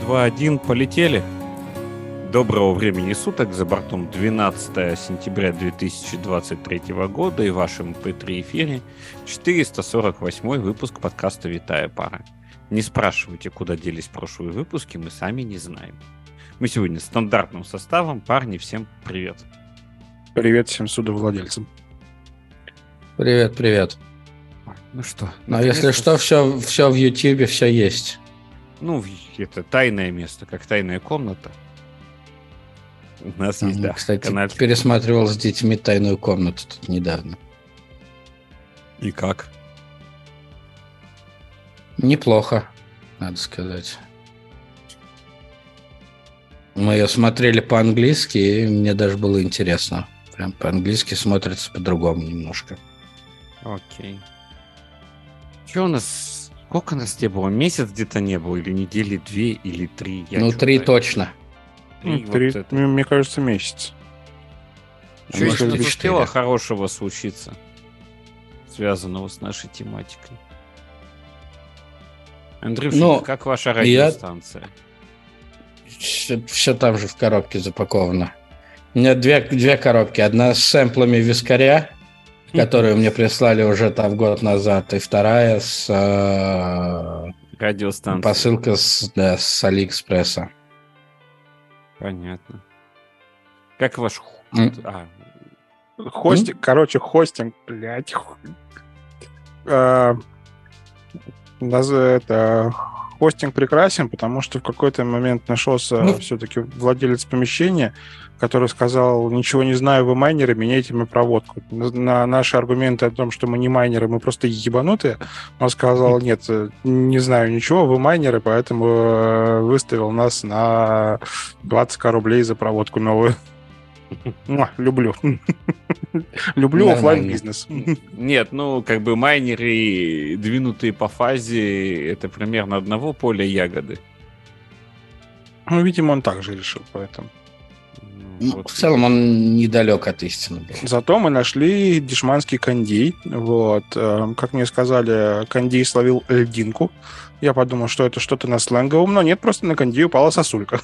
два, один, полетели. Доброго времени суток, за бортом 12 сентября 2023 года и в вашем P3 эфире 448 выпуск подкаста «Витая пара». Не спрашивайте, куда делись прошлые выпуски, мы сами не знаем. Мы сегодня стандартным составом. Парни, всем привет. Привет всем судовладельцам. Привет, привет. Ну что? Ну, если что, все в Ютьюбе, все есть. Ну, это тайное место, как тайная комната. У нас есть, да. Кстати, канальчик. пересматривал с детьми «Тайную комнату» тут недавно. И как? Неплохо, надо сказать. Мы ее смотрели по-английски, и мне даже было интересно. Прям по-английски смотрится по-другому немножко. Окей. Что у нас... Сколько нас не было? Месяц где-то не было? Или недели 2 или 3? Ну, 3 точно. Три, мне кажется, месяц. Что может, еще и успело 4. хорошего случиться, связанного с нашей тематикой? Андрюша, Ну, как ваша радиостанция? Все там же в коробке запаковано. У меня две коробки. Одна с сэмплами вискаря, которую мне прислали уже там год назад, и вторая с Радиостанция. посылка с Алиэкспресса. Понятно. Как ваш... Хостинг, блядь. Хостинг прекрасен, потому что в какой-то момент нашелся все-таки владелец помещения, который сказал: ничего не знаю, вы майнеры, меняйте мне проводку. На наши аргументы о том, что мы не майнеры, мы просто ебанутые, он сказал: нет, не знаю ничего, вы майнеры, поэтому выставил нас на 20 рублей за проводку новую. Люблю. Люблю офлайн бизнес. Нет, ну, как бы майнеры, двинутые по фазе, это примерно одного поля ягоды. Ну, видимо, он так же решил, поэтому. В целом он недалек от истины был. Зато мы нашли дешманский кондей. Вот. Как мне сказали, кондей словил льдинку. Я подумал, что это что-то на сленговом, но нет, просто на кондей упала сосулька.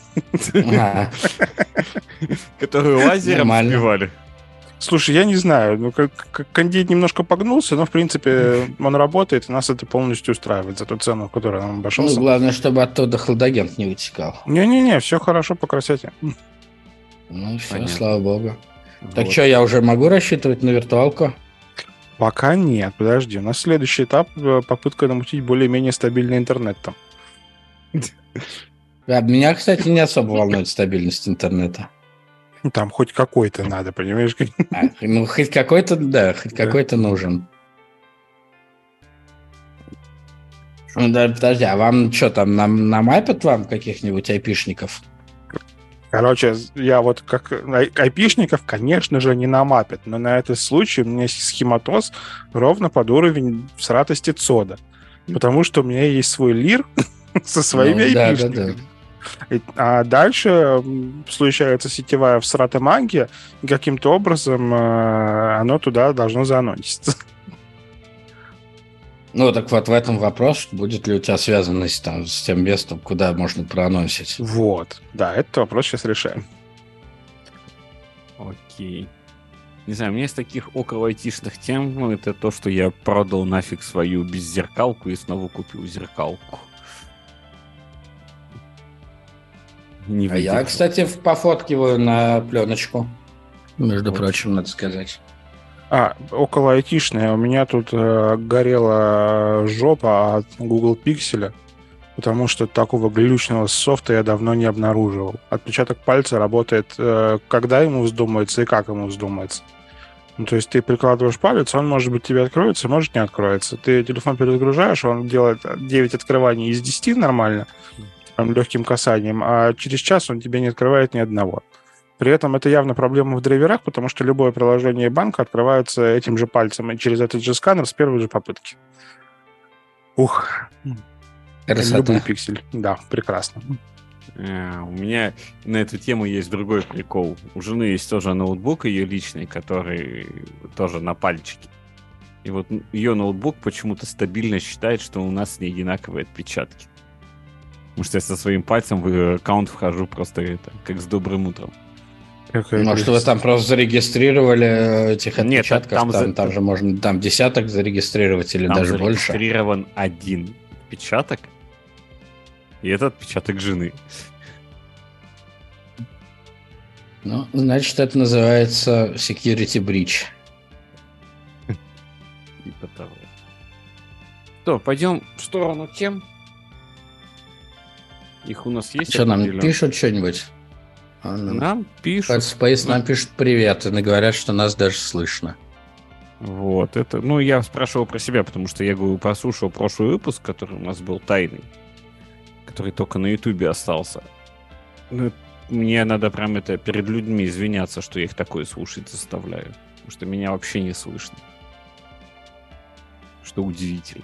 Которую лазером сбивали. Слушай, я не знаю, ну, кондей немножко погнулся, но, в принципе, он работает, и нас это полностью устраивает за ту цену, которую нам обошелся. Ну, главное, чтобы оттуда хладагент не вытекал. Не-не-не, все хорошо по красоте. Ну, все, слава богу. Так что, я уже могу рассчитывать на виртуалку? Пока нет, подожди. У нас следующий этап — попытка намутить более-менее стабильный интернет там. Меня, кстати, не особо волнует стабильность интернета. Там хоть какой-то надо, понимаешь? Ну, хоть какой-то, да, хоть какой-то нужен. Ну, да, подожди, а вам что там, намапят вам каких-нибудь айпишников? Короче, я вот как айпишников, конечно же, не намапят, но на этот случай у меня есть схематоз ровно под уровень всратости ЦОДа. Потому что у меня есть свой лир со своими айпишниками. А дальше случается сетевая всратая магия, и каким-то образом оно туда должно заанонситься. Ну, так вот в этом вопрос, будет ли у тебя связанность там с тем местом, куда можно проанонсить. Вот, да, этот вопрос сейчас решаем. Окей. Не знаю, у меня из таких около айтишных тем это то, что я продал нафиг свою беззеркалку и снова купил зеркалку. А я, кстати, пофоткиваю на пленочку, между прочим, надо сказать. Около айтишная. У меня тут горела жопа от Google Pixel, потому что такого глючного софта я давно не обнаруживал. Отпечаток пальца работает, когда ему вздумается и как ему вздумается. Ну, то есть ты прикладываешь палец, он, может быть, тебе откроется, может, не откроется. Ты телефон перезагружаешь, он делает 9 открываний из 10 нормально, легким касанием, а через час он тебе не открывает ни одного. При этом это явно проблема в драйверах, потому что любое приложение банка открывается этим же пальцем и через этот же сканер с первой же попытки. Ух. Красота. Люблю пиксель. Да, прекрасно. У меня на эту тему есть другой прикол. У жены есть тоже ноутбук ее личный, который тоже на пальчике. И вот ее ноутбук почему-то стабильно считает, что у нас не одинаковые отпечатки. Потому что я со своим пальцем в аккаунт вхожу просто это, как с добрым утром. Ну, что вы там просто зарегистрировали этих отпечатков? Нет, там же можно там десяток зарегистрировать или даже больше. Там зарегистрирован один отпечаток, и это отпечаток жены. Ну, значит, это называется security breach. Типа того. Что, пойдем в сторону тем? Их у нас есть? Что, нам пишут что-нибудь? Нам пишут. Space нам пишут привет, и говорят, что нас даже слышно. Вот, это... Ну, я спрашивал про себя, потому что я послушал прошлый выпуск, который у нас был тайный, который только на Ютубе остался. Мне надо прям это перед людьми извиняться, что я их такое слушать заставляю. Потому что меня вообще не слышно. Что удивительно.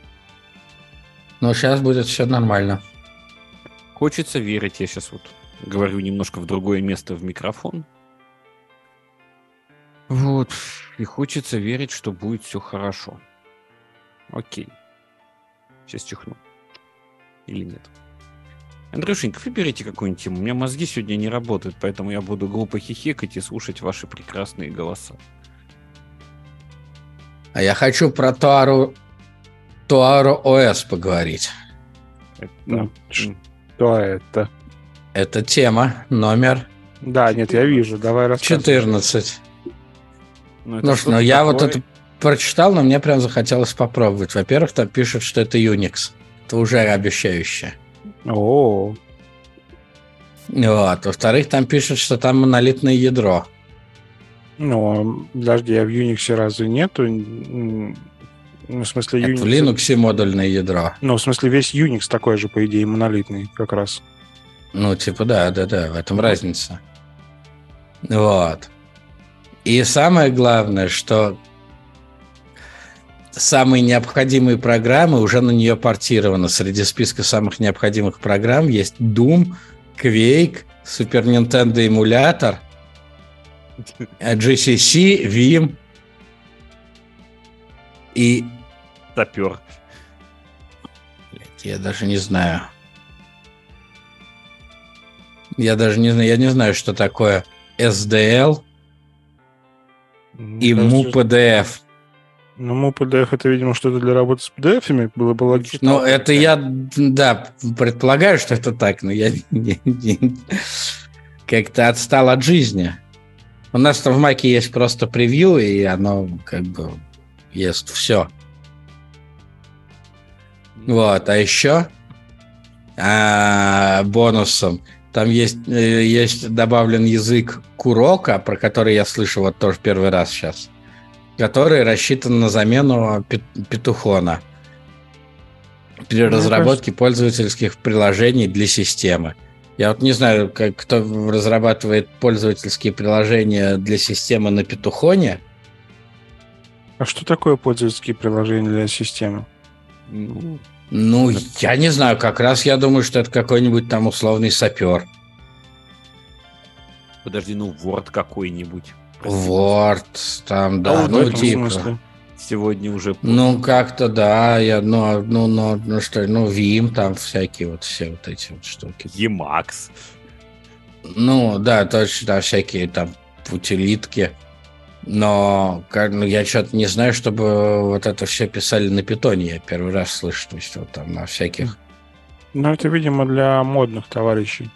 Но сейчас будет все нормально. Хочется верить. Я сейчас вот говорю немножко в другое место в микрофон. Вот. И хочется верить, что будет все хорошо. Окей. Сейчас чихну. Или нет. Андрюшенька, выберите какую-нибудь тему. У меня мозги сегодня не работают, поэтому я буду глупо хихикать и слушать ваши прекрасные голоса. А я хочу про Туару ОС поговорить. Что это? Это тема номер... Да, нет, я вижу. Давай рассказывай. 14. Ну, я вот это прочитал, но мне прям захотелось попробовать. Во-первых, там пишут, что это Unix. Это уже обещающе. О. Вот. Во-вторых, там пишут, что там монолитное ядро. Ну, подожди, а в Unix разве нету? Ну, в смысле, Unix... Это в Linux модульное ядро. Ну, в смысле, весь Unix такой же, по идее, монолитный как раз. Ну, типа, да, в этом разница. Вот. И самое главное, что самые необходимые программы уже на нее портированы. Среди списка самых необходимых программ есть Doom, Quake, Super Nintendo эмулятор, GCC, Vim и... Топер. Я даже не знаю. Я не знаю, что такое SDL и MuPDF. Ну, MuPDF это, видимо, что-то для работы с PDF-ами было бы логично. Ну, это я, да, предполагаю, что это так, но я как-то отстал от жизни. У нас в Маке есть просто превью, и оно как бы ест все. Вот, а еще бонусом там есть добавлен язык Курока, про который я слышал вот тоже первый раз сейчас, который рассчитан на замену Петухона при разработке пользовательских приложений для системы. Я вот не знаю, кто разрабатывает пользовательские приложения для системы на Петухоне. А что такое пользовательские приложения для системы? Ну, я не знаю, как раз я думаю, что это какой-нибудь там условный сапер. Подожди, ну, Word какой-нибудь. Word, там, да, ну, типа. Сегодня уже... Ну, как-то, да, Vim, там всякие вот все вот эти вот штуки. Emacs. Ну, да, точно, да, всякие там утилитки. Но я что-то не знаю, чтобы вот это все писали на питоне. Я первый раз слышу, то есть вот там на всяких... Ну, это, видимо, для модных товарищей.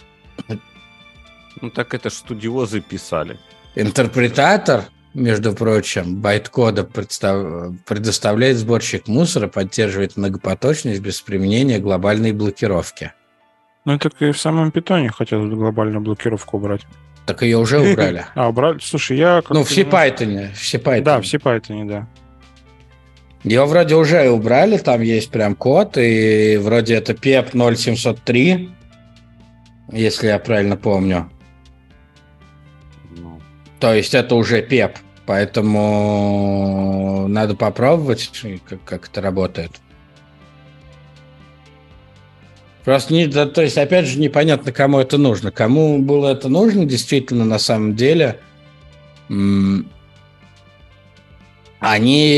Ну, так это ж студиозы писали. Интерпретатор, между прочим, байткода предоставляет сборщик мусора, поддерживает многопоточность без применения глобальной блокировки. Ну, так и в самом питоне хотят глобальную блокировку убрать. Так ее уже убрали. Убрали? Слушай, я... Ну, в CPython. Да, в CPython, да. Ее вроде уже убрали, там есть прям код, и вроде это PEP 0703, если я правильно помню. То есть это уже PEP, поэтому надо попробовать, как это работает. Просто, то есть, опять же, непонятно, кому это нужно. Кому было это нужно, действительно, на самом деле,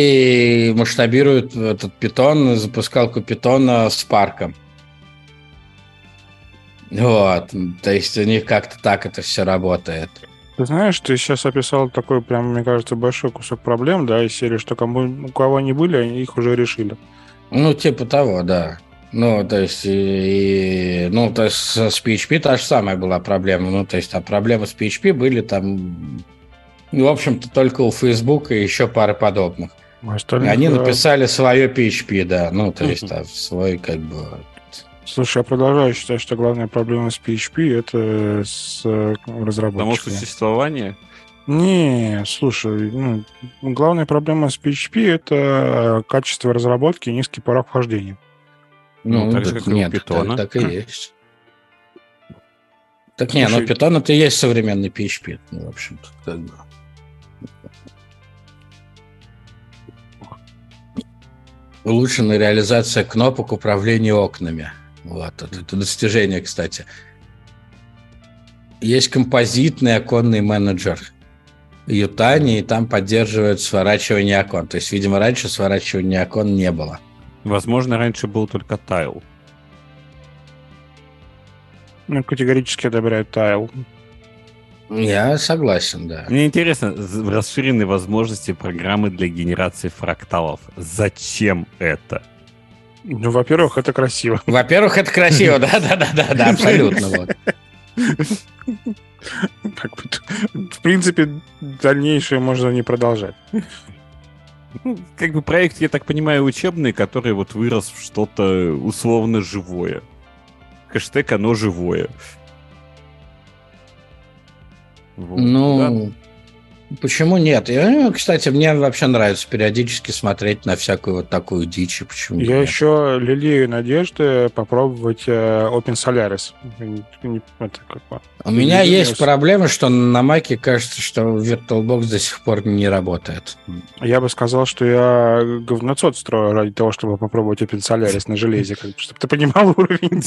они масштабируют этот питон, запускалку питона с парком. Вот, то есть у них как-то так это все работает. Ты знаешь, ты сейчас описал такой, прям, мне кажется, большой кусок проблем, да, из серии, что у кого они были, они их уже решили. Ну, типа того, да. Ну, то есть, ну, то есть с PHP та же самая была проблема. Ну, то есть, а проблемы с PHP были там, ну, в общем-то, только у Facebook и еще пары подобных. Они написали свое PHP, да, ну, то есть, свой, как бы... Слушай, я продолжаю считать, что главная проблема с PHP это с разработчиками. Само существование? Не, слушай, главная проблема с PHP это качество разработки и низкий порог вхождения. Ну, так же, как и у Python. Так и есть. Так не, ну Python это и есть современный PHP, ну, в общем-то, как бы. Улучшенная реализация кнопок управления окнами. Вот, это достижение, кстати. Есть композитный оконный менеджер Ютани, и там поддерживают сворачивание окон. То есть, видимо, раньше сворачивания окон не было. Возможно, раньше был только тайл. Ну, категорически одобряют тайл. Я согласен, да. Мне интересно, расширенные возможности программы для генерации фракталов. Зачем это? Ну, во-первых, это красиво. Во-первых, это красиво, да, абсолютно. Вот. В принципе, дальнейшее можно не продолжать. Ну, как бы проект, я так понимаю, учебный, который вот вырос в что-то условно живое. Хэштег «Оно живое». Вот, ну, да. Почему нет? Кстати, мне вообще нравится периодически смотреть на всякую вот такую дичь. Почему я нет? еще лелею надежды попробовать OpenSolaris. У меня есть проблема, что на Маке кажется, что VirtualBox до сих пор не работает. Я бы сказал, что я говноцод строю ради того, чтобы попробовать OpenSolaris на железе, чтобы ты понимал уровень.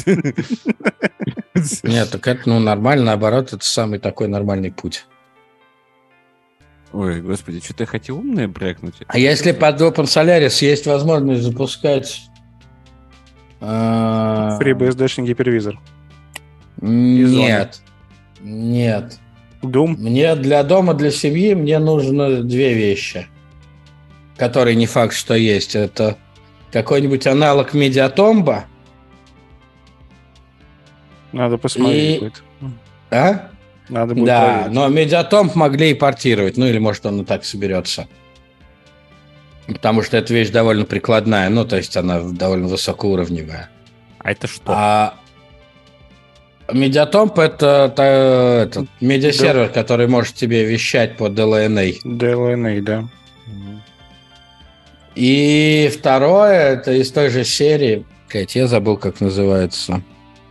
Нет, так это нормально, наоборот, это самый такой нормальный путь. Ой, господи, что-то я хотел умное брякнуть. А если под OpenSolaris есть возможность запускать... FreeBSD гипервизор. Нет. Doom? Мне для дома, для семьи мне нужно две вещи, которые не факт, что есть. Это какой-нибудь аналог Медиатомба. Надо посмотреть будет. А? Надо будет да, проверить. Но Медиатомб могли и портировать. Ну, или, может, он и так соберется. Потому что эта вещь довольно прикладная. Ну, то есть она довольно высокоуровневая. А это что? А Медиатомб — это медиасервер, который может тебе вещать по DLNA. DLNA, да. И второе, это из той же серии. Я забыл, как называется.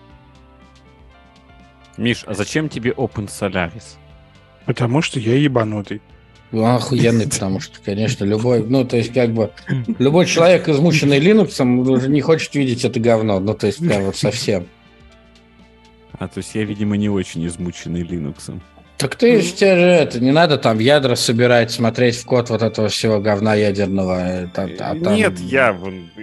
Миш, а зачем тебе OpenSolaris? Потому что я ебанутый. Он охуенный, потому что, конечно, любой... Ну, то есть, как бы... Любой человек, измученный Linux, уже не хочет видеть это говно. Ну, то есть, прям вот совсем. А, то есть я, видимо, не очень измученный Linux. Так ты же тебе же это... Не надо там ядра собирать, смотреть в код вот этого всего говна ядерного. Нет, я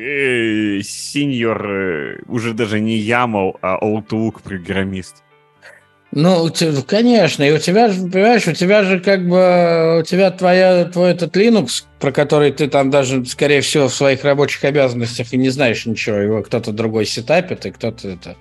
сеньор, уже даже не YAML, а Outlook программист. Ну, конечно, и у тебя же, понимаешь, у тебя же как бы, у тебя твой этот Linux, про который ты там даже, скорее всего, в своих рабочих обязанностях и не знаешь ничего, его кто-то другой сетапит, и кто-то это...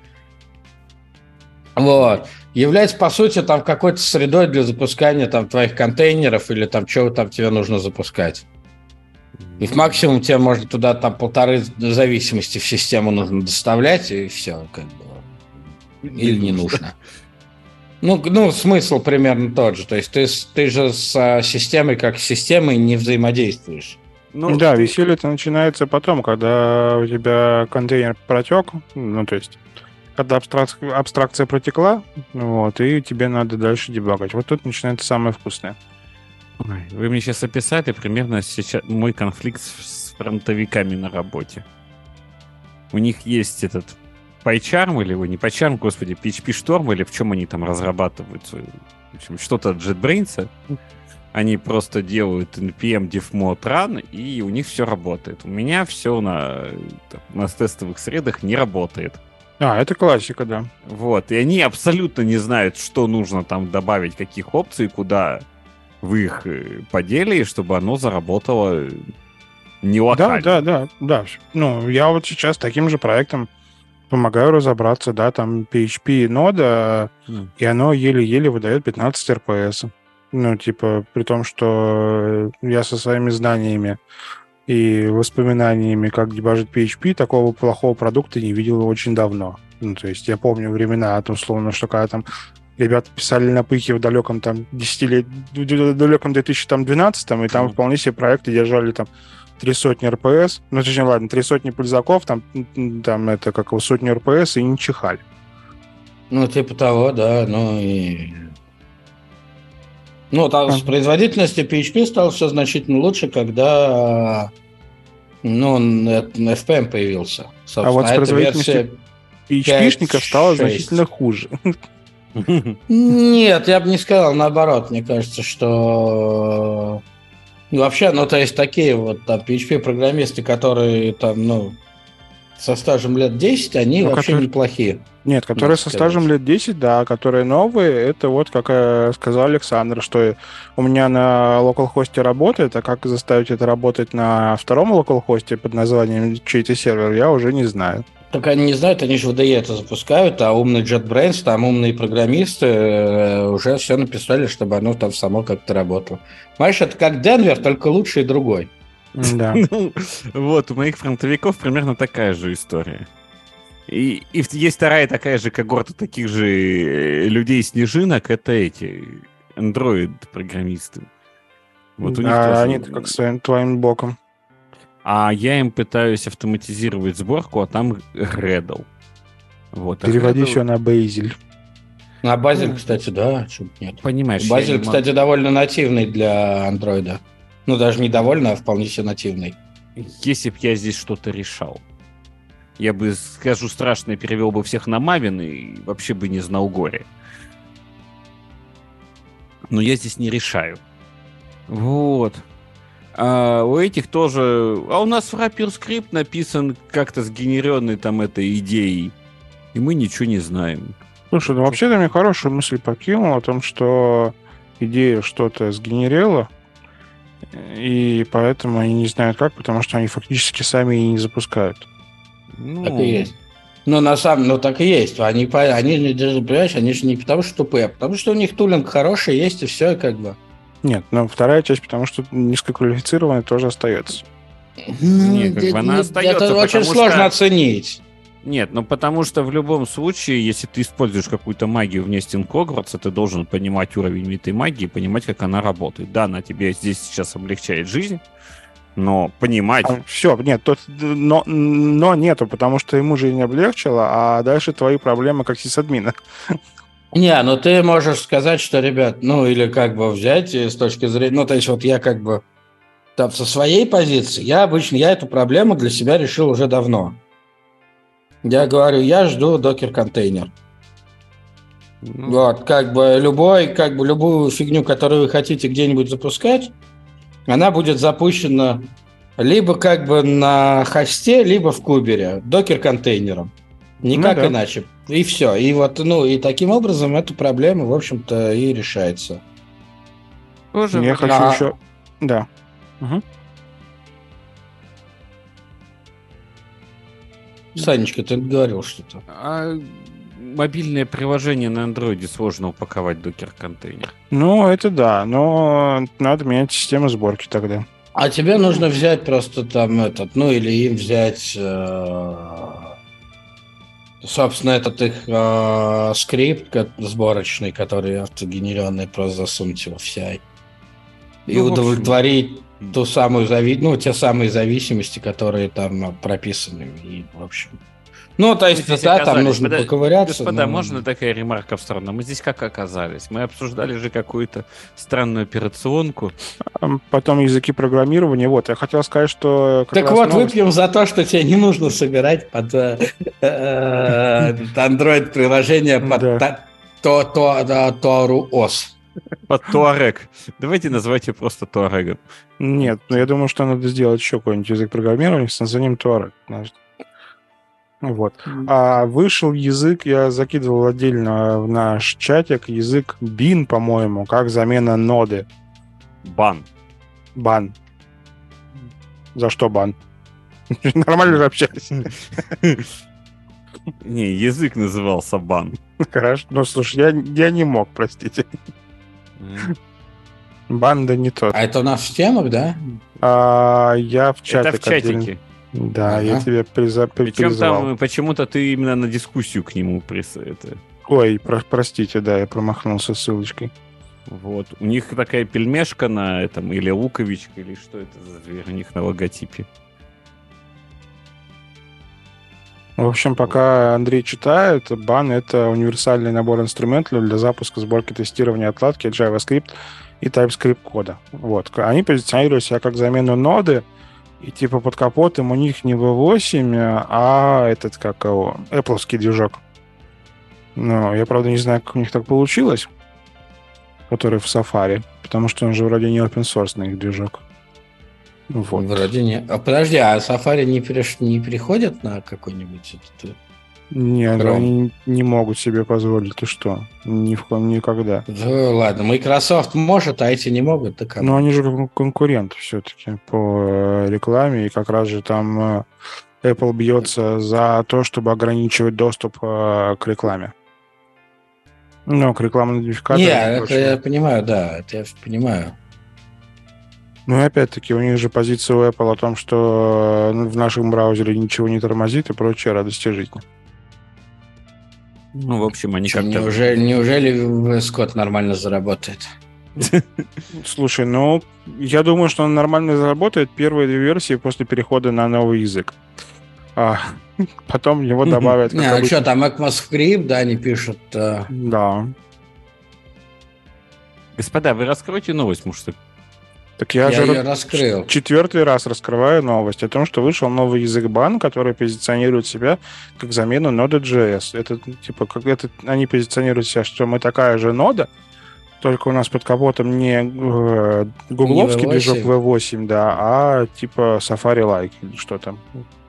Вот. Является, по сути, там какой-то средой для запускания там твоих контейнеров или там чего там тебе нужно запускать. И максимум тебе можно туда там 1.5 зависимости в систему нужно доставлять, и все, как бы. Или не нужно. Ну, смысл примерно тот же. То есть ты же с системой как с системой не взаимодействуешь. Ну, да, веселье-то начинается потом, когда у тебя контейнер протек, ну, то есть, когда абстракция протекла, вот, и тебе надо дальше дебагать. Вот тут начинается самое вкусное. Ой, вы мне сейчас описали примерно сейчас мой конфликт с фронтовиками на работе. У них есть этот PyCharm, или не PyCharm, господи, PHP Storm, или в чем они там разрабатывают? В общем, что-то от JetBrains. Они просто делают npm diffmod run, и у них все работает. У меня все на тестовых средах не работает. Это классика, да. Вот, и они абсолютно не знают, что нужно там добавить, каких опций, куда вы их подели, чтобы оно заработало не локально. Да. Ну, я вот сейчас таким же проектом помогаю разобраться, да, там PHP нода, и оно еле-еле выдает 15 RPS. Ну, типа, при том, что я со своими знаниями и воспоминаниями, как дебажить PHP, такого плохого продукта не видел очень давно. Ну, то есть я помню времена, условно, что когда там ребята писали на пыхе в далеком там 10 в далеком 2012, и там вполне себе проекты держали там 300 РПС, ну, точнее, ладно, 300 пульзаков, там это как его сотни РПС, и не чихали. Ну, типа того, да, ну и... Ну, там с производительностью PHP стало все значительно лучше, когда, ну, FPM появился. Собственно, а вот с производительностью PHP-шников стало значительно хуже. Нет, я бы не сказал, наоборот. Мне кажется, что... Вообще, ну, то есть такие вот там PHP-программисты, которые там, ну, со стажем лет 10, они вообще неплохие. Нет, которые со стажем лет 10, да, которые новые, это вот, как сказал Александр, что у меня на локалхосте работает, а как заставить это работать на втором локалхосте под названием чей-то сервер, я уже не знаю. Так они не знают, они же в IDE это запускают, а умный JetBrains, там умные программисты уже все написали, чтобы оно там само как-то работало. Понимаешь, это как Денвер, только лучше и другой. Да. Вот, у моих фронтовиков примерно такая же история. И есть вторая такая же когорта таких же людей-снежинок, это эти Android-программисты. Вот у них тоже... они-то как своим твоим боком. А я им пытаюсь автоматизировать сборку, а там Gradle. Вот, переводи все на Bazel. На Bazel, кстати, да, чего нет. Понимаешь, Bazel, кстати, довольно нативный для Android. Ну, даже не довольно, а вполне себе нативный. Если бы я здесь что-то решал, я бы, скажу страшно, перевел бы всех на Maven и вообще бы не знал горе. Но я здесь не решаю. Вот. А у этих тоже... А у нас в Rapper скрипт написан как-то сгенеренный там этой идеей. И мы ничего не знаем. Слушай, ну вообще ты мне хорошую мысль покинул о том, что идея что-то сгенерила, и поэтому они не знают как, потому что они фактически сами и не запускают. Ну... Так и есть. Ну, на самом деле, так и есть. Они даже, понимаешь, они же не потому что тупые, а потому что у них тулинг хороший есть, и все, как бы. Нет, но вторая часть, потому что низкоквалифицированная тоже остается. Нет, как бы она остается. Это очень сложно оценить. Нет, ну потому что в любом случае, если ты используешь какую-то магию вне стен Хогвартса, ты должен понимать уровень этой магии, понимать, как она работает. Да, она тебе здесь сейчас облегчает жизнь, но понимать... Все, нет, но нету, потому что ему жизнь облегчила, а дальше твои проблемы как сисадмина. Не, ну ты можешь сказать, что, ребят, ну или как бы взять с точки зрения... Ну, то есть вот я как бы там со своей позиции, я эту проблему для себя решил уже давно. Я говорю, я жду докер-контейнер. Вот, как бы любую фигню, которую вы хотите где-нибудь запускать, она будет запущена либо как бы на хосте, либо в кубере, докер-контейнером. Никак иначе. И все. И вот, и таким образом эта проблема, в общем-то, и решается. Тоже я хочу еще... Да. Угу. Санечка, ты говорил что-то. Мобильное приложение на андроиде сложно упаковать докер-контейнер. Ну, это да, но надо менять систему сборки тогда. А тебе нужно взять просто там или им взять, собственно, этот их скрипт сборочный, который автогенеренный, просто засунуть его в CI. И удовлетворить те самые зависимости, которые там прописаны. И, в общем... Ну, то есть, да, там нужно поковыряться. Господа, можно такая ремарка в сторону? Мы здесь как оказались? Мы обсуждали же какую-то странную операционку. Потом языки программирования. Вот, я хотел сказать, что... Так вот, выпьем за то, что тебе не нужно собирать под Android-приложение под TORUOS. Под Туарег. Давайте назвать ее просто Туарегом. Нет, но я думаю, что надо сделать еще какой-нибудь язык программирования с названием Туарег. Вот. А вышел язык, я закидывал отдельно в наш чатик, язык bin, по-моему, как замена ноды. Бан. Бан. За что бан? Нормально же общались. Не, язык назывался бан. Хорошо. Ну, слушай, я не мог, простите. Банда не тот. А это у нас в темах, да? Я в чатик Это в чатике. Да, я Ага. тебя Причем призвал. там почему-то ты именно на дискуссию к нему Ой, простите, да, я промахнулся ссылочкой. Вот. У них такая пельмешка на этом, или луковичка, или что это за зверь у них на логотипе. В общем, пока Андрей читает, бан — это универсальный набор инструментов для запуска, сборки, тестирования, отладки JavaScript и TypeScript кода. Вот. Они позиционируют себя как замену ноды, и типа под капотом у них не V8, а этот, как его, Apple-ский движок. Ну, я, правда, не знаю, как у них так получилось, который в Safari, потому что он же вроде не open-source их движок. Вот. Вроде не. А подожди, а Safari не переходит на какой-нибудь этот? Нет, Chrome? они не могут себе позволить. Ты что? Никогда. Да, ладно, Microsoft может, а эти не могут. Так Но они же конкурент все-таки по рекламе, и как раз же там Apple бьется за то, чтобы ограничивать доступ к рекламе. Ну, к рекламным идентификаторам. Не, это я понимаю, да, это я понимаю. Ну и опять-таки у них же позиция у Apple о том, что в нашем браузере ничего не тормозит и прочее радости жизни. Ну, в общем, они Что, как-то... неужели VS Code нормально заработает? Слушай, ну, я думаю, что он нормально заработает первые 2 версии после перехода на новый язык. Потом его добавят... Не, ну что, там ECMAScript, да, они пишут... Да. Господа, вы раскройте новость, может, Так Я же ее раскрыл. 4-й раз раскрываю новость о том, что вышел новый язык бан, который позиционирует себя как замену Node.js. Это типа они позиционируют себя, что мы такая же нода, только у нас под капотом не гугловский движок V8, да, а типа Safari-like или что там.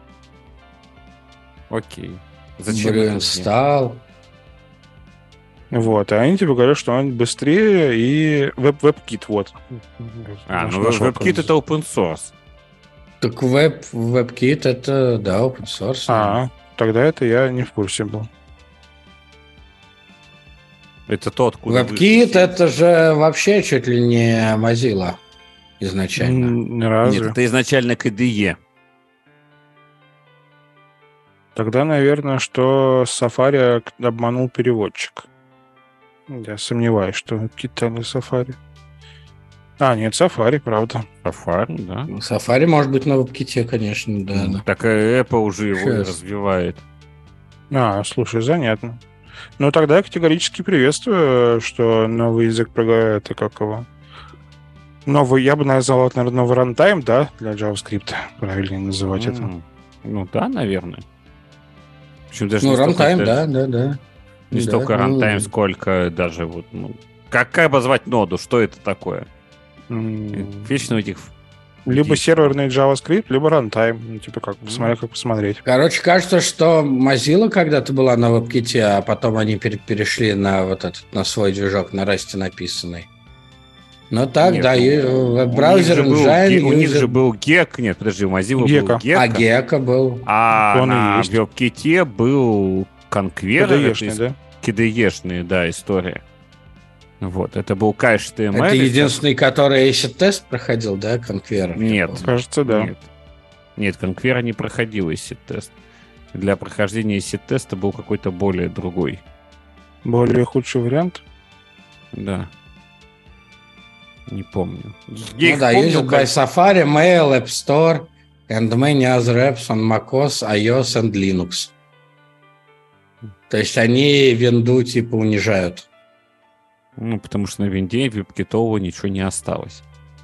Окей. Зачем? Блин, стал. Вот, и они тебе говорят, что он быстрее и WebKit, вот. WebKit это open source. Так WebKit это, да, open source. Тогда это я не в курсе был. Это то, откуда... WebKit это же вообще чуть ли не Mozilla изначально. Разве? Нет, это изначально KDE. Тогда, наверное, что Safari обманул переводчик. Я сомневаюсь, что WebKit не Safari. Нет, Safari, правда. Safari, да. Safari может быть на WebKit, конечно, да. Так Apple уже его развивает. Слушай, занятно. Ну, тогда я категорически приветствую, что новый язык это как его? Новый, я бы назвал это, наверное, новый рантайм, да, для JavaScript. Правильнее называть это. Ну да, наверное. Причем даже рантайм, да. Не столько рантайм, сколько даже вот, как обозвать ноду? Что это такое? Вечно у этих... Либо серверный JavaScript, либо рантайм. Типа как посмотреть. Короче, кажется, что Mozilla когда-то была на WebKit, а потом они перешли на на свой движок, на Rust написанный. Но так, нет, да, и веб-браузер Engine... У них же был Gecko. Нет, подожди, у Mozilla был Gecko. А Gecko был. А на WebKit был Conqueror. KDE-шный, да? KDE-шная, да, история. Вот, это был KHTML. Это единственный, который ACID-тест проходил, да, Conqueror? Нет. Кажется, да. Нет, Conqueror не проходил ACID-тест. Для прохождения ACID-теста был какой-то более другой. Более худший вариант? Да. Не помню. Есть by Safari, Mail, App Store and many other apps on macOS, iOS and Linux. То есть они винду типа унижают. Потому что на винде веб-китового ничего не осталось.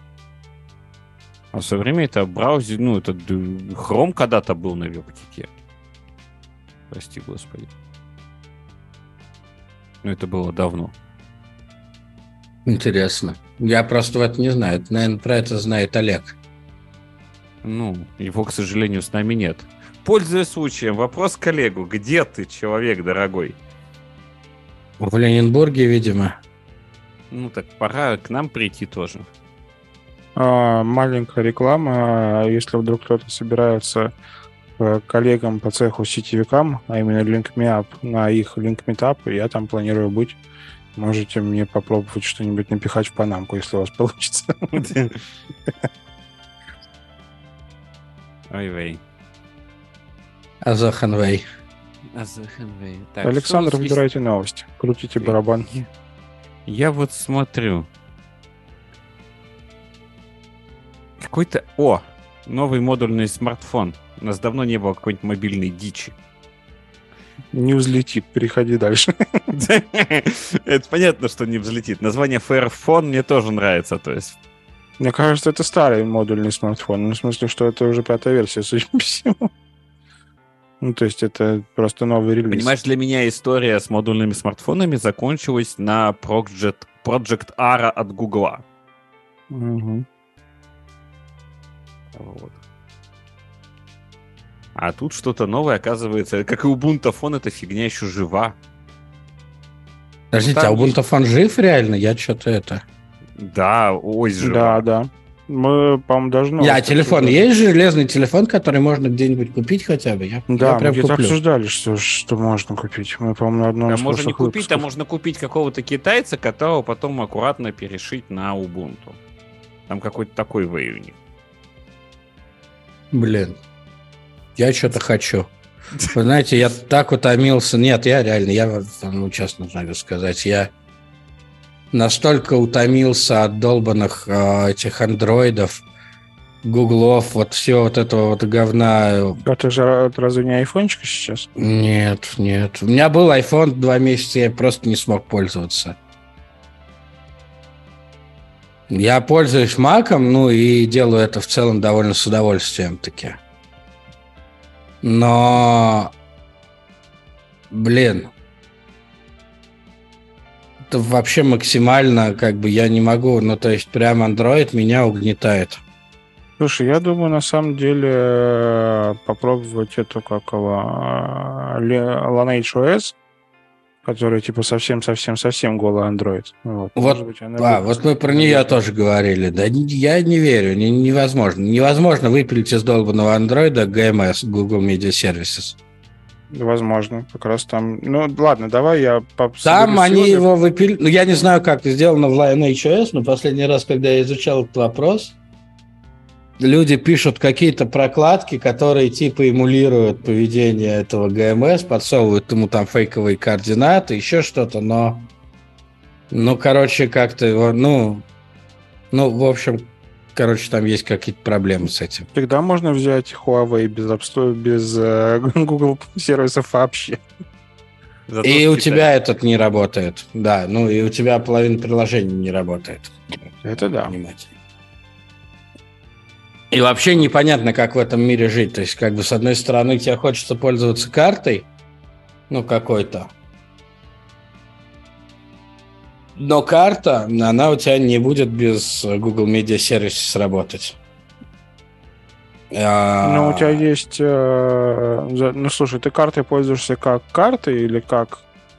А в свое время это браузер, это Chrome когда-то был на веб-ките. Прости, господи. Но это было давно. Интересно. Я просто в это не знаю. Наверное, про это знает Олег. Его, к сожалению, с нами нет. Пользуясь случаем, вопрос коллегу. Где ты, человек дорогой? В Ленинграде, видимо. Ну так пора к нам прийти тоже. Маленькая реклама. Если вдруг кто-то собирается к коллегам по цеху сетевикам, а именно LinkMeUp, на их LinkMeetup, я там планирую быть. Можете мне попробовать что-нибудь напихать в панамку, если у вас получится. Ой-вей. Азаханвей. Так, Александр, что здесь? выбирайте новости. Крутите барабан. Я вот смотрю. Какой-то... Новый модульный смартфон. У нас давно не было какой-нибудь мобильной дичи. Не взлетит, переходи дальше. Это понятно, что не взлетит. Название Fairphone мне тоже нравится, то есть... Мне кажется, это старый модульный смартфон. Ну, в смысле, что это уже 5-я версия, судя по всему. Ну, то есть это просто новый релиз. Понимаешь, для меня история с модульными смартфонами закончилась на Project Ara от Гугла. Угу. Вот. А тут что-то новое, оказывается. Как и Ubuntu Phone, эта фигня еще жива. Подождите, Ну, а там Ubuntu Phone жив реально? Я что-то это... Да, ось жива. Да. Мы, по-моему, даже... телефон. Есть железный телефон, который можно где-нибудь купить хотя бы? Я Да, мы прям где-то куплю. обсуждали, что можно купить. Мы, по-моему, на одном Да из можно не прошлых купить, а выпусков. можно купить какого-то китайца, которого потом аккуратно перешить на Ubuntu. Там какой-то такой вей у них. Блин. Я что-то хочу. Вы знаете, я так утомился. Нет, я реально, честно могу сказать, я настолько утомился от долбанных этих андроидов, гуглов, вот всего вот этого вот говна. А ты же разве не айфончик сейчас? Нет. У меня был iPhone 2 месяца, я просто не смог пользоваться. Я пользуюсь Mac'ом, ну и делаю это в целом довольно с удовольствием таки. Но, блин, это вообще максимально, как бы я не могу, ну то есть прям Android меня угнетает. Слушай, я думаю, на самом деле попробовать эту, как его, Lineage OS, которая типа совсем голый Android. Вот, может быть, она будет вот мы про нее тоже говорили. Да, я не верю, невозможно. Невозможно выпилить из долбанного андроида GMS, Google Media Services. Возможно, как раз там... Ну, ладно, давай я... Там они его выпилили... Ну, я не знаю, как это сделано в Lineage OS, но последний раз, когда я изучал этот вопрос, люди пишут какие-то прокладки, которые типа эмулируют поведение этого GMS, подсовывают ему там фейковые координаты, еще что-то, но... Ну, короче, как-то его... Ну, в общем, короче, там есть какие-то проблемы с этим. Всегда можно взять Huawei без Google сервисов вообще. Зато И в у Китае. тебя этот не работает. Да, ну и у тебя половина приложений не работает. Это да. Понимаете. И вообще непонятно, как в этом мире жить. То есть, как бы, с одной стороны, тебе хочется пользоваться картой, ну, какой-то. Но карта, она у тебя не будет без Google Media Services работать. Ну, у тебя есть... Ну, слушай, ты картой пользуешься как картой или как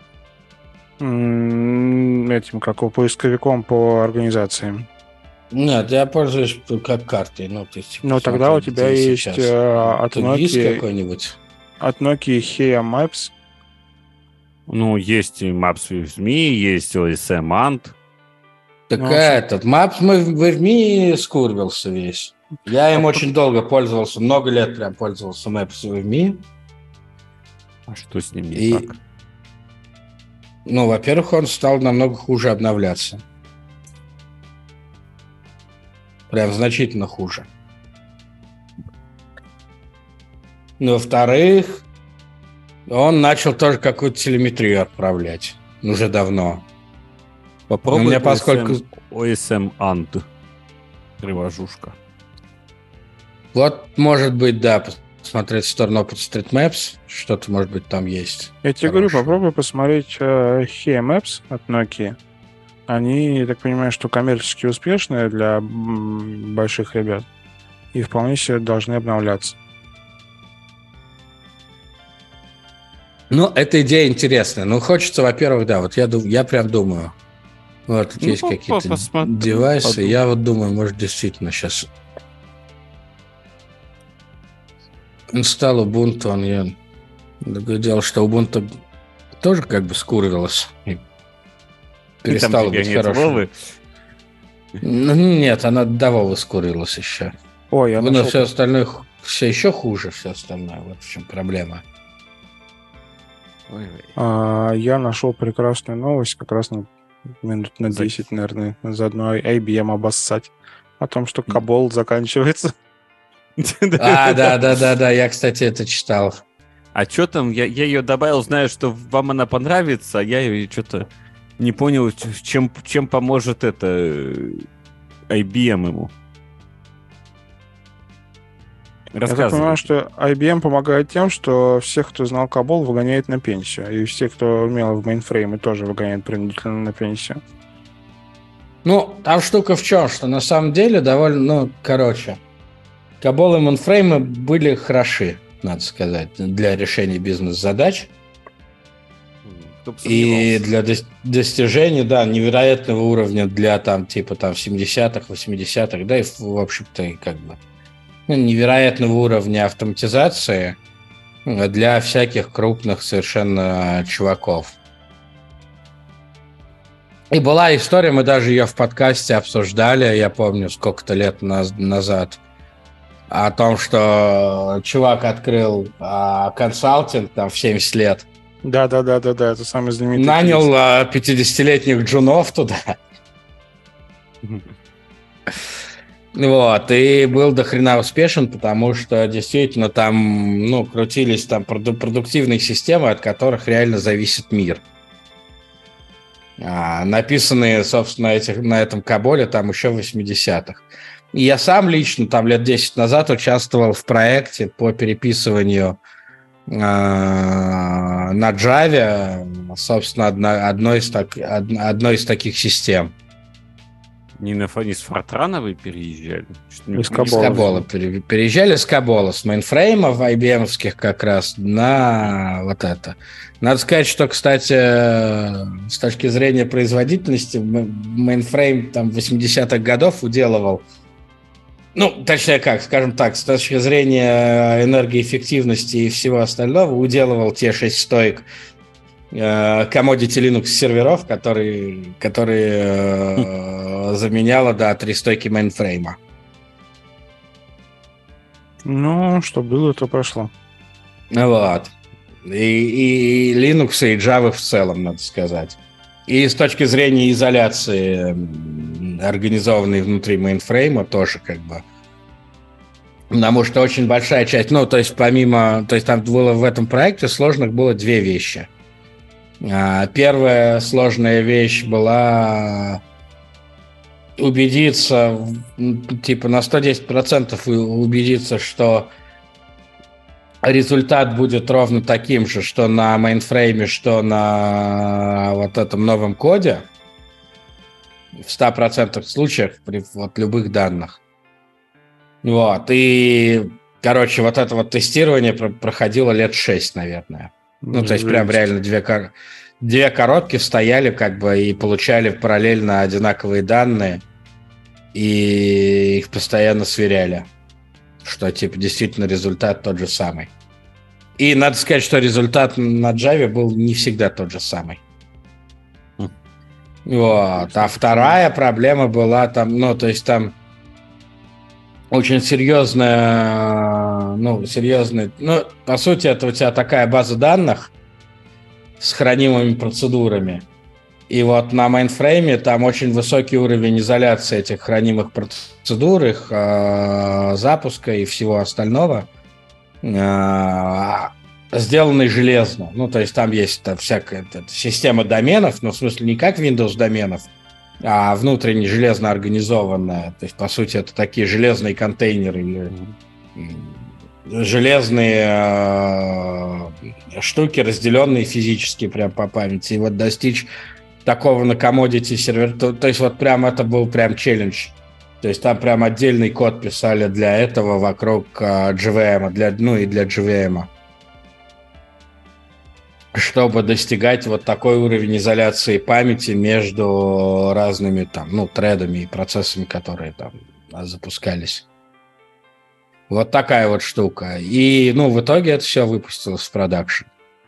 этим, как поисковиком по организациям? Нет, я пользуюсь как картой. Ну, то есть, Ну, тогда у тебя есть от Nokia какой-нибудь. От Nokia Heia Maps. Ну, есть и Maps with Me, есть OSM Ant. Так Ну, этот, Maps в Me скурвился весь. Я им очень долго пользовался, много лет прям пользовался Maps with Me. А что с ним не так? Ну, во-первых, он стал намного хуже обновляться. Прям значительно хуже. Ну, во-вторых, он начал тоже какую-то телеметрию отправлять. Уже давно. Попробуй меня поскольку... OSM Ant. Привожушка. Вот, может быть, да, посмотреть в сторону OpenStreetMaps. Что-то, может быть, там есть. Я тебе говорю, попробуй посмотреть Heia Maps от Nokia. Они, я так понимаю, что коммерчески успешные для больших ребят. И вполне себе должны обновляться. Ну, эта идея интересная. Ну, хочется, во-первых, да, вот я прям думаю, вот тут есть какие-то девайсы, я вот думаю, может, действительно сейчас инсталл Ubuntu, я доглядел, что Ubuntu тоже как бы скурилась. Перестала быть хорошей. Ну, нет, она до Вовы скурилась еще. Ой, я нашел... все остальное, все еще хуже, все остальное. Вот в чем проблема. Я нашел прекрасную новость, как раз минут на 10, наверное, заодно IBM обоссать о том, что Кабол заканчивается. Да, я, кстати, это читал. А что там? Я ее добавил, знаю, что вам она понравится, а я ее что-то не понял, чем поможет это IBM ему. Я так понимаю, что IBM помогает тем, что всех, кто знал Кабол, выгоняет на пенсию. И все, кто умел в мейнфрейме, тоже выгоняет принудительно на пенсию. Ну, там штука в чем, что на самом деле довольно, Кабол и мейнфреймы были хороши, надо сказать, для решения бизнес-задач. И для достижения, да, невероятного уровня для там, типа там 70-х, 80-х, да, и в общем-то и как бы невероятного уровня автоматизации для всяких крупных совершенно чуваков. И была история, мы даже ее в подкасте обсуждали, я помню, сколько-то лет назад, о том, что чувак открыл консалтинг там в 70 лет. Да, это самый знаменитый. Нанял 50-летних джунов туда. Вот, и был дохрена успешен, потому что действительно там, крутились там продуктивные системы, от которых реально зависит мир. Написанные, собственно, на этом Каболе там еще в 80-х. И я сам лично там лет 10 назад участвовал в проекте по переписыванию на Java, собственно, одной из таких систем. Не с Фортрана вы переезжали? С Кабола переезжали с Кабола, с мейнфреймов IBM-овских как раз на вот это. Надо сказать, что, кстати, с точки зрения производительности мейнфрейм там 80-х годов уделывал, точнее как, скажем так, с точки зрения энергоэффективности и всего остального уделывал те 6 стоек commodity Linux серверов, которые заменяло, 3 стойки мейнфрейма. Что было, то прошло. Вот. И Linux, и Java в целом, надо сказать. И с точки зрения изоляции, организованной внутри мейнфрейма, тоже как бы. Потому что очень большая часть, там было в этом проекте сложных было 2 вещи. Первая сложная вещь была убедиться, на 110% убедиться, что результат будет ровно таким же, что на мейнфрейме, что на вот этом новом коде, в 100% случаях при любых данных. Вот, и, вот это вот тестирование проходило лет 6, наверное. То есть прям реально 2 коробки стояли как бы и получали параллельно одинаковые данные, и их постоянно сверяли, что действительно результат тот же самый. И надо сказать, что результат на Java был не всегда тот же самый. Вот. А вторая проблема была там, там очень серьезная, по сути, это у тебя такая база данных с хранимыми процедурами. И вот на мейнфрейме там очень высокий уровень изоляции этих хранимых процедур, их запуска и всего остального, сделанный железно. Там есть всякая система доменов, в смысле не как Windows доменов, а внутренне железно организованная. То есть, по сути, это такие железные контейнеры или железные штуки, разделенные физически прям по памяти. И вот достичь такого на commodity сервер, то есть вот прям это был прям челлендж. То есть там прям отдельный код писали для этого вокруг JVM, и для JVM. чтобы достигать вот такой уровень изоляции памяти между разными там, ну, тредами и процессами, которые там запускались. Вот такая вот штука. И, ну, в итоге это все выпустилось в продакшн.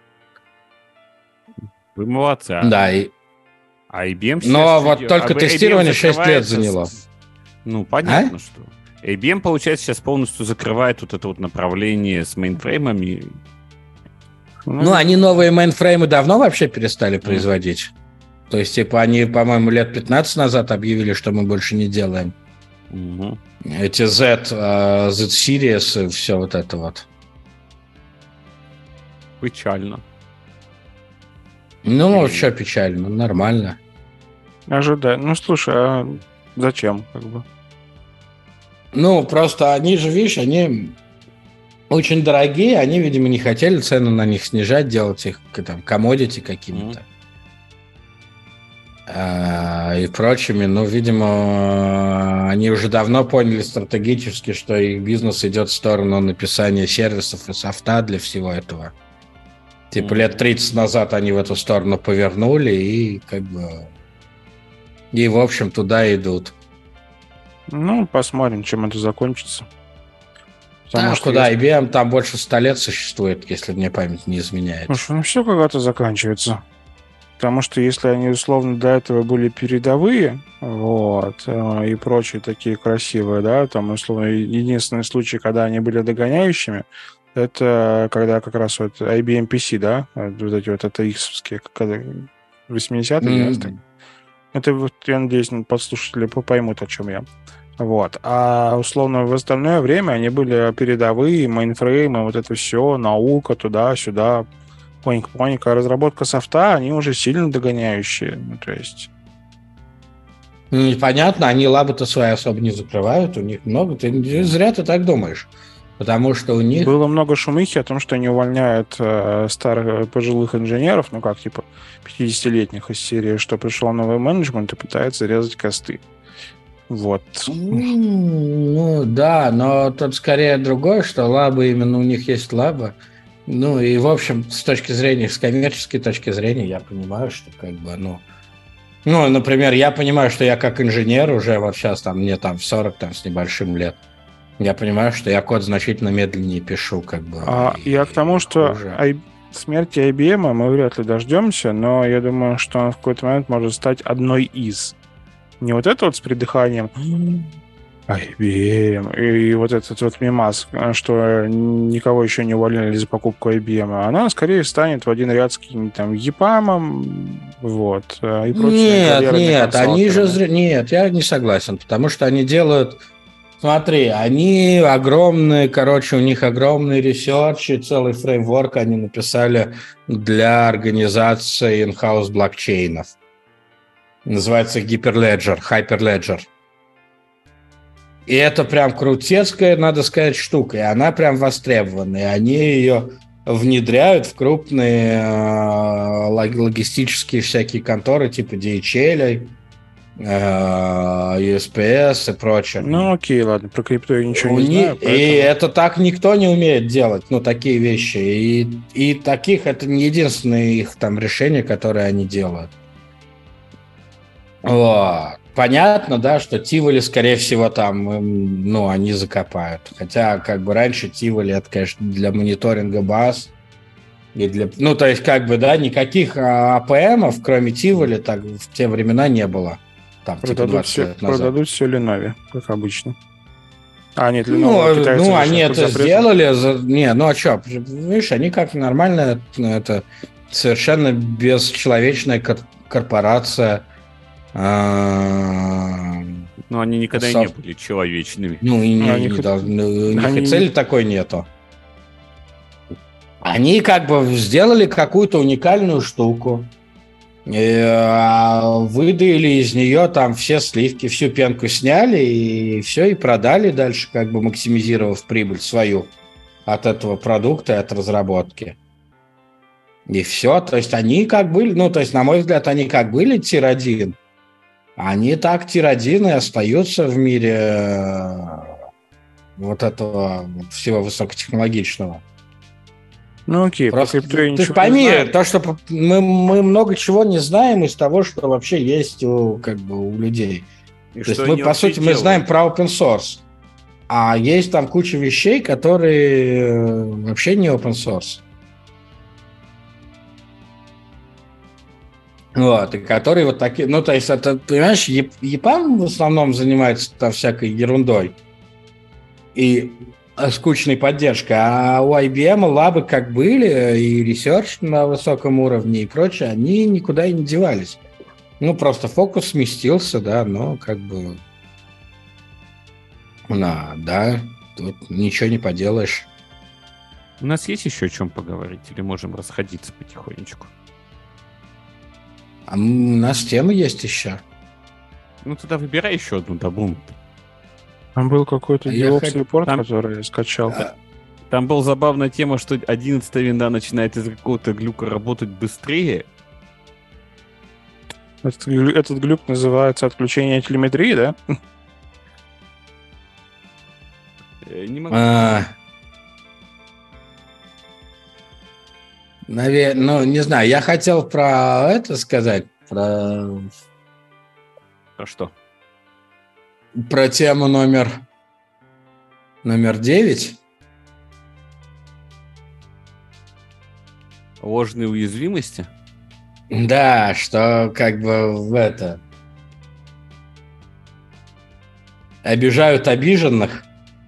Вы молодцы. Да, и... А IBM сейчас... Но вот только тестирование 6 лет заняло. Ну, понятно, что... IBM, получается, сейчас полностью закрывает вот это вот направление с мейнфреймами. Ну, они новые мейнфреймы давно вообще перестали производить. То есть, типа, они, по-моему, лет 15 назад объявили, что мы больше не делаем. Эти Z-Series и все вот это вот. Печально. Ну, что печально, нормально. Ожидаю. Ну, слушай, а зачем, как бы? Ну, просто они же, видишь, они очень дорогие, они, видимо, не хотели цену на них снижать, делать их там commodity какими-то. И прочими. Ну, видимо, они уже давно поняли стратегически, что их бизнес идет в сторону написания сервисов и софта для всего этого. Типа лет 30 назад они в эту сторону повернули и как бы... И, в общем, туда идут. Ну, посмотрим, чем это закончится. Потому что куда IBM там больше 100 лет существует, если мне память не изменяет. Слушай, ну все когда-то заканчивается. Потому что если они, условно, до этого были передовые, вот, и прочие такие красивые, да, там, условно, единственный случай, когда они были догоняющими, это когда как раз вот IBM PC, да, вот эти вот ATX-овские, 80-е, 90-е. Это, вот, я надеюсь, подслушатели поймут, о чем я. Вот. А, условно, в остальное время они были передовые, мейнфреймы, вот это все, наука, туда-сюда, поник-поник. А разработка софта, они уже сильно догоняющие. Ну, то есть... Непонятно, они лабы-то свои особо не закрывают, у них много. Ты зря ты так думаешь. Потому что у них... Было много шумихи о том, что они увольняют старых пожилых инженеров, ну как, типа 50-летних из серии, что пришел новый менеджмент и пытается резать косты. Вот. Ну, да, но тут скорее другое, что лабы, именно у них есть лаба. Ну, и, в общем, с точки зрения, с коммерческой точки зрения, я понимаю, что как бы, ну, например, я понимаю, что я как инженер уже вот сейчас, там, мне там 40 там, с небольшим лет, я понимаю, что я код значительно медленнее пишу, как бы. Я к тому, что смерти IBM мы вряд ли дождемся, но я думаю, что он в какой-то момент может стать одной из. Не вот это вот с придыханием IBM и вот этот вот мемас, что никого еще не увольняли за покупку IBM, она скорее станет в один ряд с каким-нибудь там EPAM, вот, и прочими. Нет, они же... Нет, я не согласен, потому что они делают... Смотри, они огромные, короче, у них огромный ресерч и целый фреймворк они написали для организации in-house блокчейнов. Называется Hyperledger. И это прям крутецкая, надо сказать, штука. И она прям востребована. И они ее внедряют в крупные логистические всякие конторы типа DHL, USPS и прочее. Ну окей, ладно, про крипту я ничего не знаю. Поэтому... И это так никто не умеет делать, ну, такие вещи. И таких, это не единственное их там решение, которое они делают. Вот. Понятно, да, что Tivoli, скорее всего, там, ну, они закопают. Хотя, как бы, раньше Tivoli, это, конечно, для мониторинга баз. И для... Ну, то есть, как бы, да, никаких АПМов, кроме Tivoli, так в те времена не было. Там, продадут, типа продадут все Lenovo, как обычно. А, нет, Lenovo, китайцы они это сделали. Не, ну, а что? Видишь, они как нормальная, это совершенно бесчеловечная корпорация. Но они никогда и не были человечными. Ну, и у них и цели такой нету. Они как бы сделали какую-то уникальную штуку, выдаили из нее там все сливки, всю пенку сняли, и все, и продали дальше, как бы максимизировав прибыль свою от этого продукта и от разработки. И все, то есть они как были, ну, то есть, на мой взгляд, они как были тир-1, они так тир-1 и остаются в мире вот этого всего высокотехнологичного. Ну окей, Просто по крипту я ты ж ничего не пойми, знаю. то, что мы много чего не знаем из того, что вообще есть у людей. И То есть что мы, они по вообще сути, мы знаем делают? про open source, а есть там куча вещей, которые вообще не open source. Вот, и которые вот такие, ну, то есть это, понимаешь, EPAM в основном занимается там всякой ерундой и скучной поддержкой, а у IBM лабы как были, и ресерч на высоком уровне и прочее, они никуда и не девались. Ну, просто фокус сместился, да, но как бы, да, тут ничего не поделаешь. У нас есть еще о чем поговорить? Или можем расходиться потихонечку? А у нас темы есть еще. Ну, тогда выбирай еще одну добу. Там был какой-то А я DevOps репорт, там- который я скачал. Там была забавная тема, что 11-я винда начинает из какого-то глюка работать быстрее. Этот глюк называется отключение телеметрии, да? Не могу. Наверное, ну, не знаю, я хотел про это сказать, про что? тему номер 9. Ложные уязвимости? Да, что как бы в это обижают обиженных.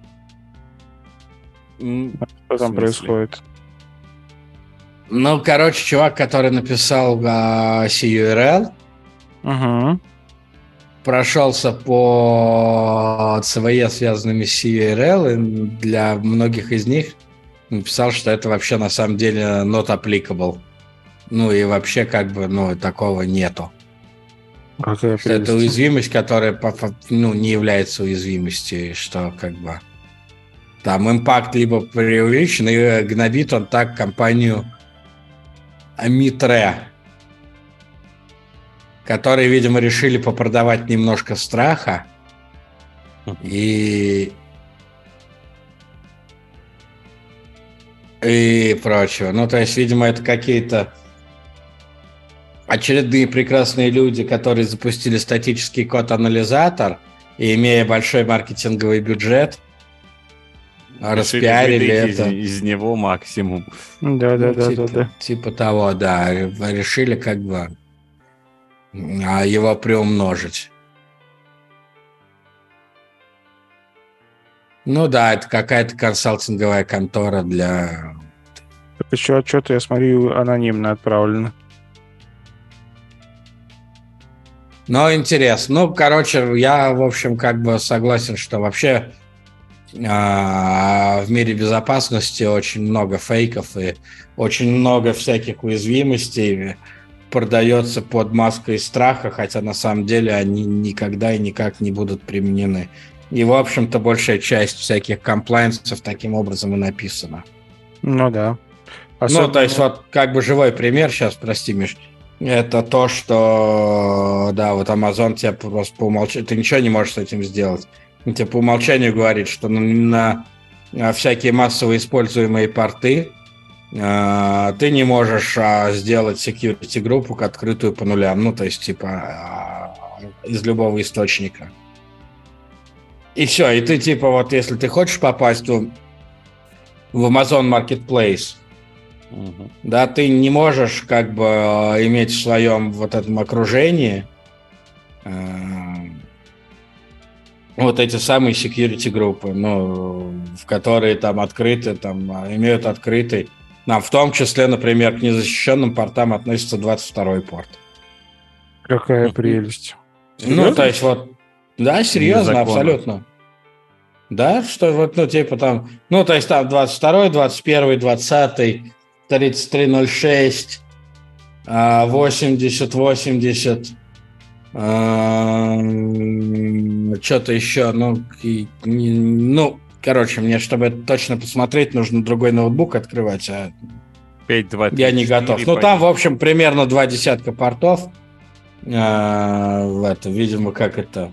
Что там смысле? происходит? Ну, короче, чувак, который написал CURL, Угу. прошелся по CVE, связанными с CURL, и для многих из них написал, что это вообще на самом деле not applicable. Ну и вообще как бы, такого нету. Какая Что это прелесть. уязвимость, которая не является уязвимостью, и что как бы там импакт либо преувеличен, и гнобит он так компанию Mitre, которые, видимо, решили попродавать немножко страха и прочего. Ну, то есть, видимо, это какие-то очередные прекрасные люди, которые запустили статический код-анализатор и, имея большой маркетинговый бюджет, распиарили это. Из него максимум. Да. Типа того, да. Решили как бы его приумножить. Ну да, это какая-то консалтинговая контора для... Так еще отчеты, я смотрю, анонимно отправлены. Но интересно. Ну, короче, я, в общем, как бы согласен, что вообще в мире безопасности очень много фейков и очень много всяких уязвимостей продается под маской страха, хотя на самом деле они никогда и никак не будут применены. И, в общем-то, большая часть всяких комплайнсов таким образом и написана. Ну да. Ну, то есть, вот как бы живой пример сейчас, прости, Миш, это то, что, да, вот Amazon тебе просто по умолчанию, ты ничего не можешь с этим сделать. Он тебе по умолчанию говорит, что на всякие массово используемые порты ты не можешь сделать security группу открытую по нулям, ну, то есть, типа, из любого источника. И все, и ты, типа, вот если ты хочешь попасть в Amazon Marketplace, да, ты не можешь как бы иметь в своем вот этом окружении вот эти самые security группы, ну, в которые там открыты, там имеют открытый, в том числе, например, к незащищенным портам относится 22-й порт. Какая прелесть. Серьезно? Ну, то есть вот, да, серьезно, Незаконно. абсолютно. Да, что вот, ну, типа там, ну, то есть там 22-й, 21-й, 20-й, 3306, 80, 80, что-то еще, короче, мне, чтобы это точно посмотреть, нужно другой ноутбук открывать, 5, 2, 3, я не 4, готов. Ну, там, в общем, примерно 2 десятка портов, видимо, как это...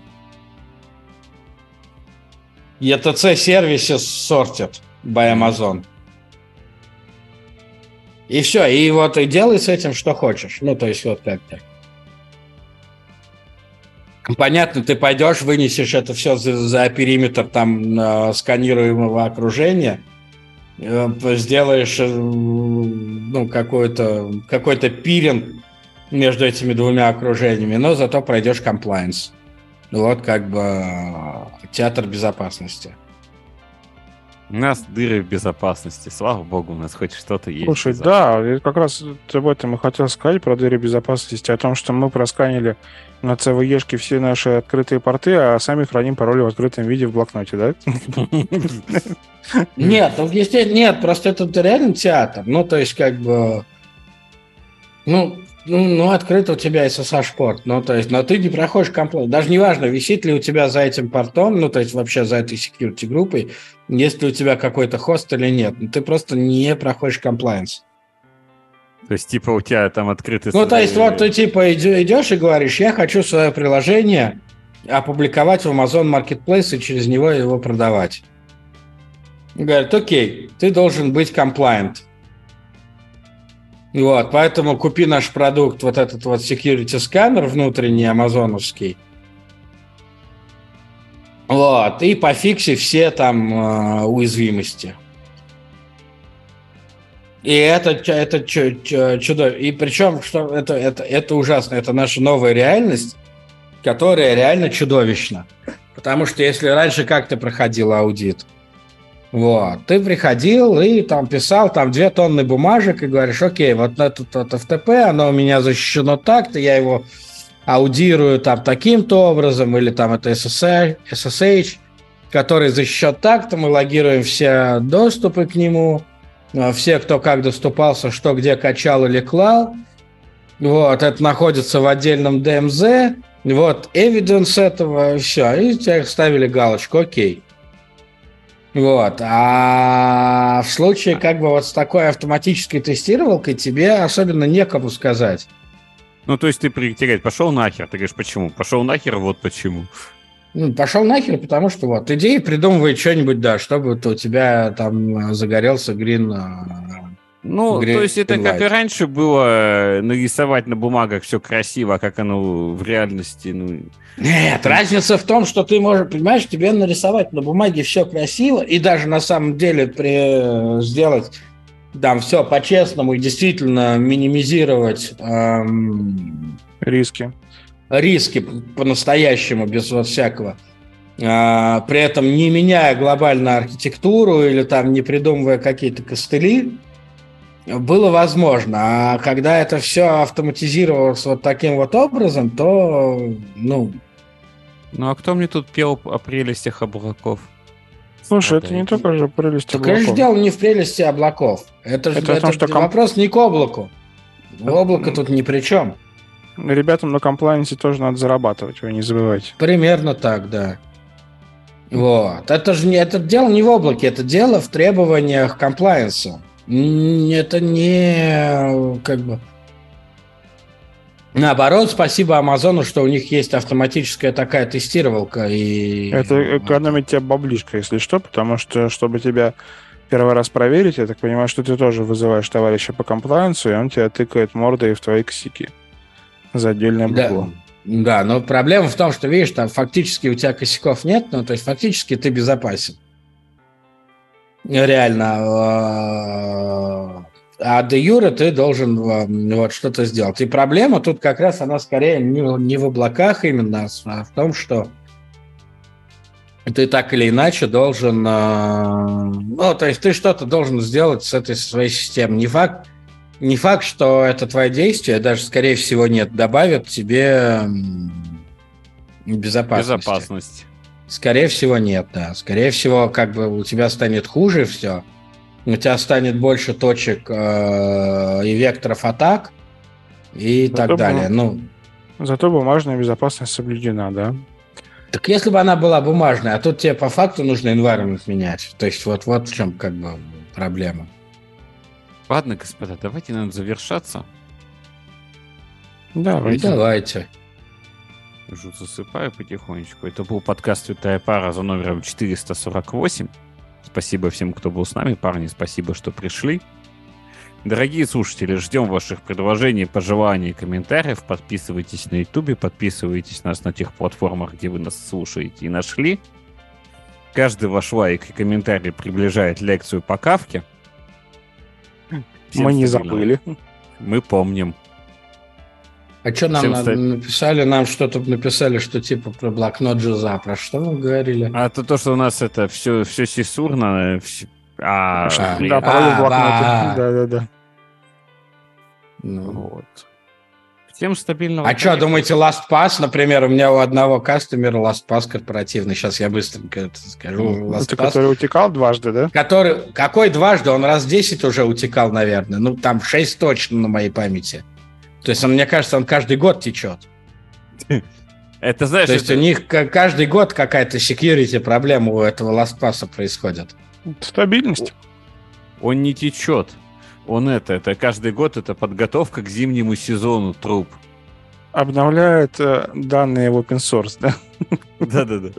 ETC Services Sorted by Amazon. И все, и вот и делай с этим, что хочешь. Ну, то есть вот как-то. Понятно, ты пойдешь, вынесешь это все за периметр там сканируемого окружения, сделаешь ну, какой-то пиринг между этими двумя окружениями, но зато пройдешь комплайнс. Вот как бы театр безопасности. У нас дыры в безопасности. Слава богу, у нас хоть что-то есть. Слушай, да, я как раз об этом и хотел сказать, про дыры безопасности, о том, что мы просканили на CVE-шке все наши открытые порты, а сами храним пароли в открытом виде в блокноте, да? Нет, ну, естественно, нет, просто это реально театр. Ну, то есть, как бы... Ну, открыто у тебя SSH-порт, ну, то есть, но ты не проходишь комплайнс. Даже не важно, висит ли у тебя за этим портом, ну, то есть, вообще за этой security-группой, есть ли у тебя какой-то хост или нет. Ну, ты просто не проходишь комплайнс. То есть, типа, у тебя там открытый... Ну, то есть, вот ты, типа, идешь и говоришь, я хочу свое приложение опубликовать в Amazon Marketplace и через него его продавать. Говорят, окей, ты должен быть compliant. Вот, поэтому купи наш продукт, вот этот вот security сканер внутренний амазоновский. Вот, и пофикси все там уязвимости. И это чудо. И причем, что это ужасно, это наша новая реальность, которая реально чудовищна. Потому что если раньше как ты проходил аудит, вот, ты приходил и там писал там 2 тонны бумажек и говоришь, окей, вот этот вот FTP, оно у меня защищено так-то, я его аудирую там таким-то образом, или там это SSH, который защищен так-то, мы логируем все доступы к нему, все, кто как доступался, что где качал или клал, вот, это находится в отдельном DMZ, вот, evidence этого, и все, и тебе ставили галочку, окей. Вот, а в случае как бы вот с такой автоматической тестировалкой тебе особенно некому сказать. Ну, то есть ты говоришь, пошел нахер. Ты говоришь, почему? Пошел нахер, вот почему. Ну, пошел нахер, потому что вот иди и придумывай что-нибудь, да, чтобы у тебя там загорелся грин. Ну, то есть это как и раньше было нарисовать на бумагах все красиво, а как оно в реальности, ну... Нет, разница в том, что ты можешь, понимаешь, тебе нарисовать на бумаге все красиво, и даже на самом деле сделать там все по-честному и действительно минимизировать Риски по-настоящему, без вот всякого. При этом не меняя глобально архитектуру или там не придумывая какие-то костыли, было возможно. А когда это все автоматизировалось вот таким вот образом, то, ну... Ну, а кто мне тут пел о прелестях облаков? Слушай, это не только же прелесть облаков. Конечно, дело не в прелести облаков. Это том, что вопрос не к облаку. Облако тут ни при чем. Ребятам на комплайнсе тоже надо зарабатывать, вы не забывайте. Примерно так, да. Вот. Это дело не в облаке, это дело в требованиях комплайенса. Это не как бы... Наоборот, спасибо Амазону, что у них есть автоматическая такая тестировалка. И... Это экономит тебе баблишко, если что, потому что, чтобы тебя первый раз проверить, я так понимаю, что ты тоже вызываешь товарища по комплайенсу, и он тебя тыкает мордой в твои косяки за отдельное бабло. Да, но проблема в том, что, видишь, там фактически у тебя косяков нет, ну, то есть фактически ты безопасен. Реально. А де юре ты должен вот что-то сделать. И проблема тут как раз, она скорее не в облаках именно, а в том, что ты так или иначе должен... Ну, то есть ты что-то должен сделать с этой своей системой. Не факт, что это твое действие, даже, скорее всего, нет, добавит тебе безопасность. Скорее всего, нет, да. Скорее всего, как бы у тебя станет хуже все. У тебя станет больше точек и векторов атак и так далее. Зато бумажная безопасность соблюдена, да? Так если бы она была бумажная, а тут тебе по факту нужно environment менять. То есть вот в чем как бы проблема. Ладно, господа, давайте нам завершаться. Давайте. Уже засыпаю потихонечку. Это был подкаст «Святая пара» за номером 448. Спасибо всем, кто был с нами. Парни, спасибо, что пришли. Дорогие слушатели, ждем ваших предложений, пожеланий, комментариев. Подписывайтесь на Ютубе, подписывайтесь на нас на тех платформах, где вы нас слушаете и нашли. Каждый ваш лайк и комментарий приближает лекцию по Кафке. Мы не забыли. Мы помним. А что нам написали? Нам что-то написали, что типа про блокнот Жиза. Про что вы говорили? А это то, что у нас это все сесурно. Да, пароль в блокноте. Да. Вот. Всем стабильного. А что, думаете, LastPass, например, у меня у одного кастомера LastPass корпоративный, сейчас я быстренько это скажу. Это который утекал дважды, да? Какой дважды? Он раз 10 уже утекал, наверное. Ну, там 6 точно на моей памяти. То есть, мне кажется, он каждый год течет. Это, знаешь... То есть, у них каждый год какая-то security проблема у этого LastPass происходит. Стабильность. Он не течет. Он это каждый год это подготовка к зимнему сезону труб. Обновляет данные в open source, да? Да.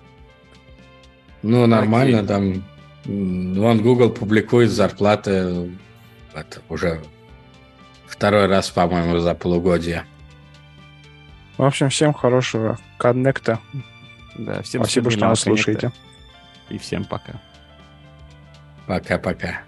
Ну, нормально, там вон Google публикует зарплаты уже второй раз, по-моему, за полугодие. В общем, всем хорошего коннекта. Да, всем спасибо, что нас слушаете. И всем пока. Пока-пока.